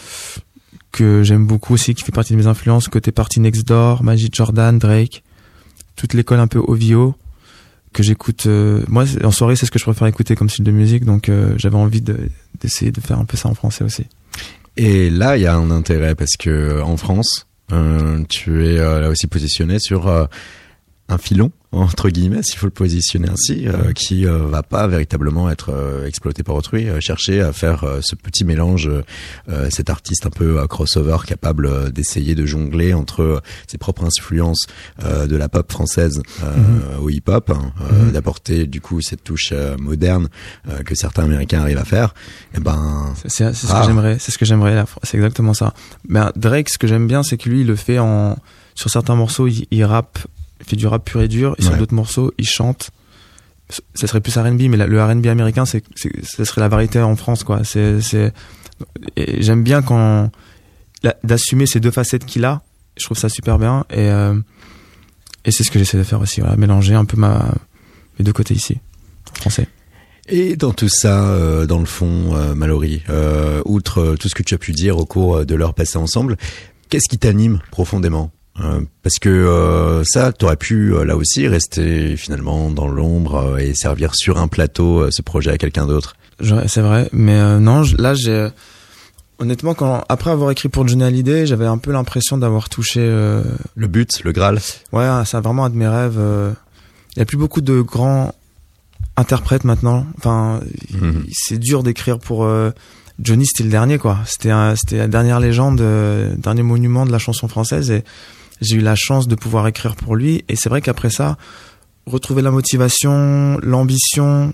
que j'aime beaucoup aussi, qui fait partie de mes influences, côté Party Next Door, Magic Jordan, Drake, toute l'école un peu O V O que j'écoute. Euh... Moi, c'est- en soirée, c'est ce que je préfère écouter comme style de musique, donc euh, j'avais envie de, d'essayer de faire un peu ça en français aussi. Et là, il y a un intérêt parce que en France, euh, tu es euh, là aussi positionné sur euh, un filon entre guillemets, s'il faut le positionner ainsi, euh, qui euh, va pas véritablement être euh, exploité par autrui. Euh, chercher à faire euh, ce petit mélange, euh, cet artiste un peu euh, crossover, capable euh, d'essayer de jongler entre euh, ses propres influences euh, de la pop française euh, Mhm. au hip-hop, hein, euh, Mhm. d'apporter du coup cette touche euh, moderne euh, que certains Américains arrivent à faire. Et ben, C'est, c'est, c'est ce Ah. que j'aimerais. C'est ce que j'aimerais. là. C'est exactement ça. Ben Drake, ce que j'aime bien, c'est que lui, il le fait en sur certains morceaux, il, il rappe, il fait du rap pur et dur, et sur Ouais. d'autres morceaux, il chante. Ça serait plus R and B, mais la- le R and B américain, c'est, c'est, ça serait la variété en France, quoi. C'est, c'est. Et j'aime bien quand la- d'assumer ces deux facettes qu'il a. Je trouve ça super bien, et euh, et c'est ce que j'essaie de faire aussi. Voilà, mélanger un peu ma mes deux côtés ici, en français. Et dans tout ça, euh, dans le fond, euh, Mallory, euh, outre euh, tout ce que tu as pu dire au cours de l'heure passée ensemble, qu'est-ce qui t'anime profondément ? Euh, parce que euh, ça, t'aurais pu euh, là aussi rester finalement dans l'ombre euh, et servir sur un plateau euh, ce projet à quelqu'un d'autre. Je- C'est vrai, mais euh, non, je- là j'ai honnêtement quand après avoir écrit pour Johnny Hallyday, j'avais un peu l'impression d'avoir touché. Euh... Le but, le Graal. Ouais, c'est vraiment un de mes rêves. euh. Il y a plus beaucoup de grands interprètes maintenant. Enfin, Mhm. il- c'est dur d'écrire pour euh, Johnny. C'était le dernier, quoi. C'était un- c'était la dernière légende, euh, dernier monument de la chanson française, et j'ai eu la chance de pouvoir écrire pour lui. Et c'est vrai qu'après ça, retrouver la motivation, l'ambition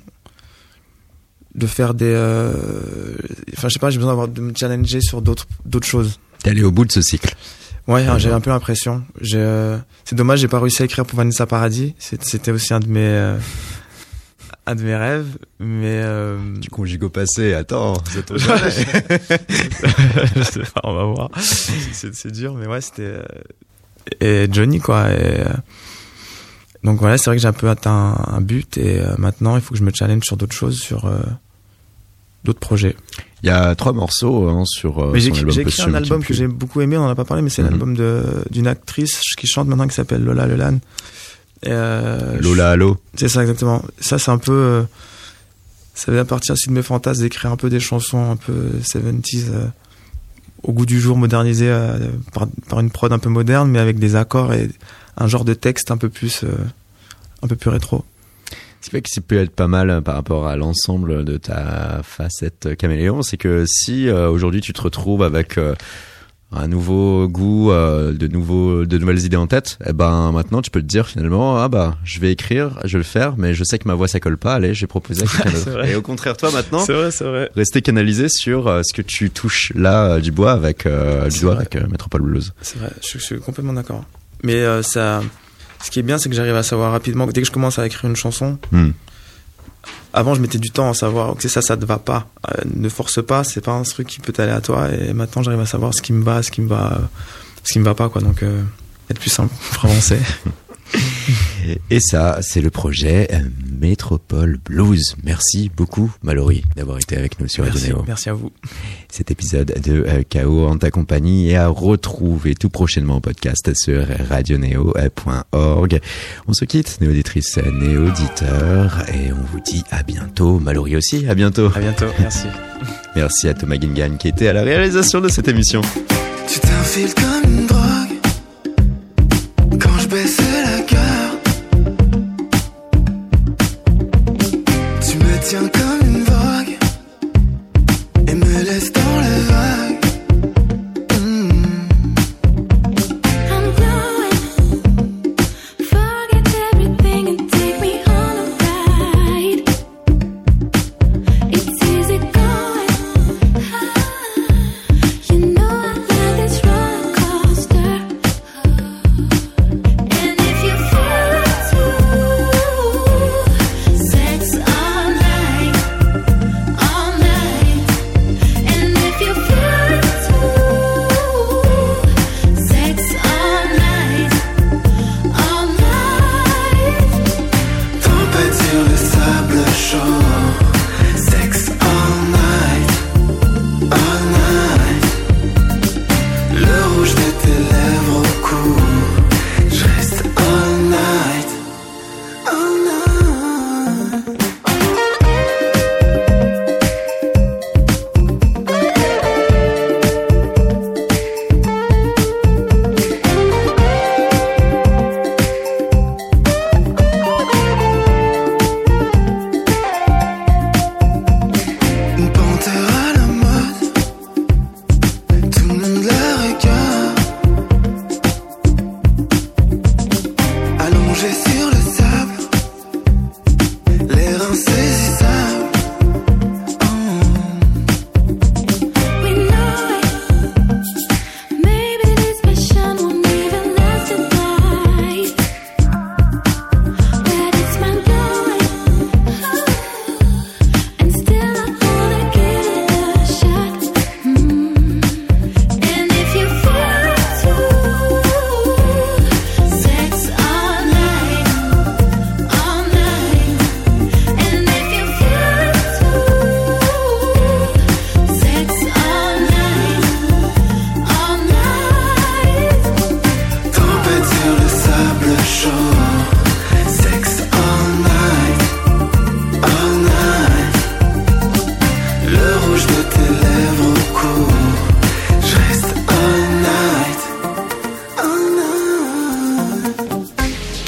de faire des euh... enfin je sais pas, j'ai besoin d'avoir de me challenger sur d'autres d'autres choses. T'es allé au bout de ce cycle. Ouais, Ah, j'ai ouais. un peu l'impression. J'ai euh... c'est dommage, j'ai pas réussi à écrire pour Vanessa Paradis. C'est- c'était aussi un de mes euh... un de mes rêves, mais euh... Du conjugue au passé, attends, c'est ton je sais pas, on va voir. C'est, c'est dur, mais ouais, c'était euh, et Johnny, quoi. Et, euh, donc voilà, c'est vrai que j'ai un peu atteint un but, et euh, maintenant il faut que je me challenge sur d'autres choses, sur euh, d'autres projets. Il y a trois morceaux hein, sur euh, Mais j'ai, son album j'ai écrit posthume un album qui que ont pu- j'ai beaucoup aimé, on en a pas parlé, mais c'est Mhm. l'album de d'une actrice qui chante maintenant, qui s'appelle Lola Lelan. Et, euh, Lola Allo. C'est ça, exactement. Ça, c'est un peu euh, ça vient partir aussi de mes fantasmes d'écrire un peu des chansons un peu soixante-dix euh, au goût du jour, modernisées euh, par, par une prod un peu moderne, mais avec des accords et un genre de texte un peu plus euh, un peu plus rétro. Ce qui fait que ça peut être pas mal par rapport à l'ensemble de ta facette caméléon, c'est que si euh, aujourd'hui tu te retrouves avec euh, un nouveau goût, euh, de nouveaux, de nouvelles idées en tête, eh ben maintenant tu peux te dire finalement ah bah je vais écrire, je vais le faire, mais je sais que ma voix ça colle pas, allez je vais proposer à quelqu'un C'est d'autre. vrai. Et au contraire toi maintenant, vrai, c'est vrai. rester canalisé sur euh, ce que tu touches là euh, du bois avec euh, du C'est doigt vrai. avec euh, Metropole Blues. C'est vrai, je, je suis complètement d'accord. Mais euh, ça, ce qui est bien, c'est que j'arrive à savoir rapidement, dès que je commence à écrire une chanson, Hmm. avant je mettais du temps à savoir, ok, ça, ça te va pas. Euh, ne force pas, c'est pas un truc qui peut t'aller à toi. Et maintenant, j'arrive à savoir ce qui me va, ce qui me va, euh, ce qui me va pas, quoi. Donc, euh, être plus simple pour avancer. Et ça, c'est le projet euh, Metropole Blues. Merci beaucoup, Mallory, d'avoir été avec nous sur Radio Merci, Néo. merci à vous. Cet épisode de euh, K O en ta compagnie est à retrouver tout prochainement en podcast sur radionéo point org. On se quitte, néauditrices, néauditeurs, et on vous dit à bientôt. Mallory aussi, à bientôt. À bientôt, merci. Merci à Thomas Gingan qui était à la réalisation de cette émission. Tu t'infiles comme une drogue quand je baisse la garde. Tu me tiens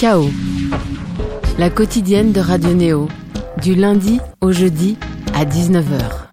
K O, la quotidienne de Radio Néo, du lundi au jeudi à dix-neuf heures.